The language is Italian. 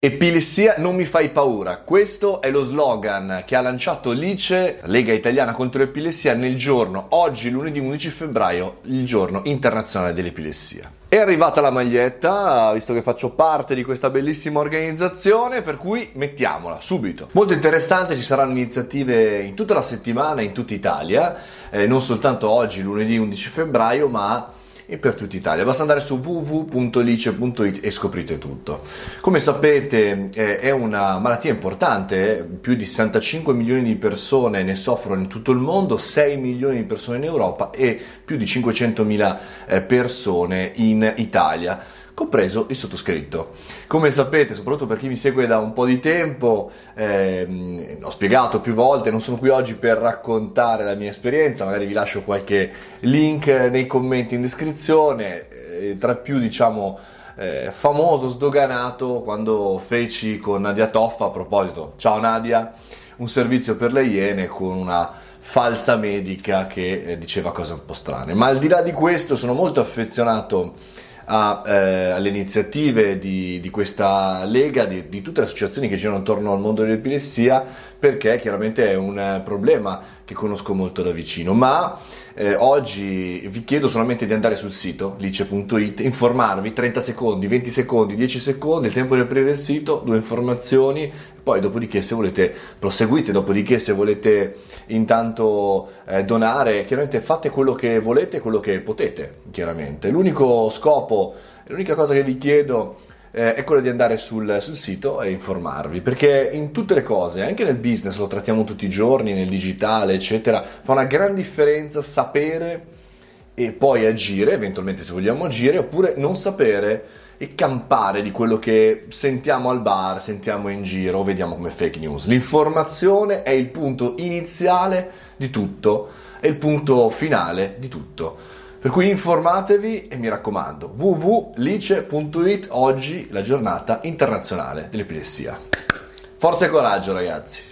Epilessia non mi fai paura, questo è lo slogan che ha lanciato l'ICE, Lega Italiana contro l'Epilessia, nel giorno, oggi lunedì 11 febbraio, il giorno internazionale dell'epilessia. È arrivata la maglietta, visto che faccio parte di questa bellissima organizzazione, per cui mettiamola subito. Molto interessante, ci saranno iniziative in tutta la settimana, in tutta Italia, non soltanto oggi lunedì 11 febbraio, ma e per tutta Italia. Basta andare su www.lice.it e scoprite tutto. Come sapete è una malattia importante, più di 65 milioni di persone ne soffrono in tutto il mondo, 6 milioni di persone in Europa e più di 500.000 persone in Italia, compreso il sottoscritto. Come sapete, soprattutto per chi mi segue da un po' di tempo, ho spiegato più volte, non sono qui oggi per raccontare la mia esperienza, magari vi lascio qualche link nei commenti in descrizione, tra più famoso, sdoganato, quando feci con Nadia Toffa, a proposito, ciao Nadia, un servizio per le Iene con una falsa medica che diceva cose un po' strane. Ma al di là di questo sono molto affezionato alle iniziative di questa Lega, di tutte le associazioni che girano attorno al mondo dell'epilessia, perché chiaramente è un problema che conosco molto da vicino. Ma oggi vi chiedo solamente di andare sul sito lice.it, informarvi 30 secondi, 20 secondi, 10 secondi, il tempo di aprire il sito, 2 informazioni, poi dopodiché se volete proseguite, dopodiché se volete intanto donare, chiaramente fate quello che volete e quello che potete, chiaramente. L'unico scopo, l'unica cosa che vi chiedo è quello di andare sul sito e informarvi, perché in tutte le cose, anche nel business, lo trattiamo tutti i giorni, nel digitale eccetera, fa una gran differenza sapere e poi agire, eventualmente se vogliamo agire, oppure non sapere e campare di quello che sentiamo al bar, sentiamo in giro o vediamo come fake news. L'informazione è il punto iniziale di tutto, è il punto finale di tutto. Per cui informatevi e mi raccomando, www.lice.it, oggi la giornata internazionale dell'epilessia. Forza e coraggio ragazzi!